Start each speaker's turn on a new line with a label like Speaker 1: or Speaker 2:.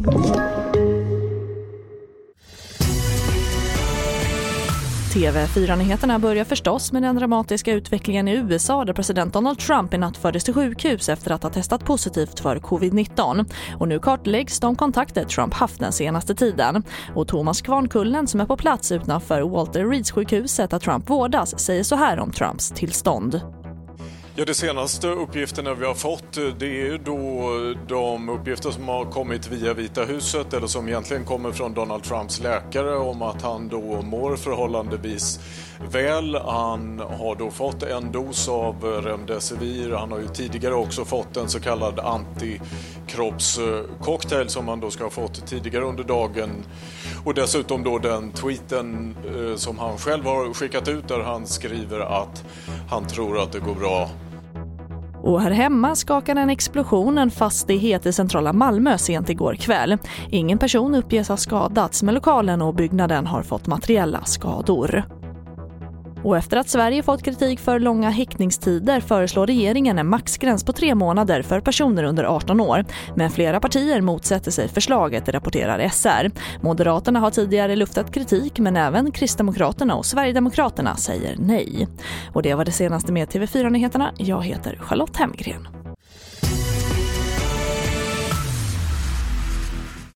Speaker 1: TV4-nyheterna börjar förstås med den dramatiska utvecklingen i USA där president Donald Trump i natt fördes till sjukhus efter att ha testat positivt för covid-19. Och nu kartläggs de kontakter Trump haft den senaste tiden. Och Thomas Kvarnkullen som är på plats utanför Walter Reeds sjukhuset där Trump vårdas säger så här om Trumps tillstånd.
Speaker 2: Ja, de senaste uppgifterna vi har fått, det är då de uppgifter som har kommit via Vita huset eller som egentligen kommer från Donald Trumps läkare om att han då mår förhållandevis väl. Han har då fått en dos av remdesivir. Han har ju tidigare också fått en så kallad antikroppscocktail som han då ska ha fått tidigare under dagen. Och dessutom då den tweeten som han själv har skickat ut där han skriver att han tror att det går bra.
Speaker 1: Och här hemma skakade en explosion en fastighet i centrala Malmö sent igår kväll. Ingen person uppges ha skadats, men lokalen och byggnaden har fått materiella skador. Och efter att Sverige fått kritik för långa häktningstider föreslår regeringen en maxgräns på 3 månader för personer under 18 år. Men flera partier motsätter sig förslaget, rapporterar SR. Moderaterna har tidigare luftat kritik men även Kristdemokraterna och Sverigedemokraterna säger nej. Och det var det senaste med TV4-nyheterna. Jag heter Charlotte Hemgren.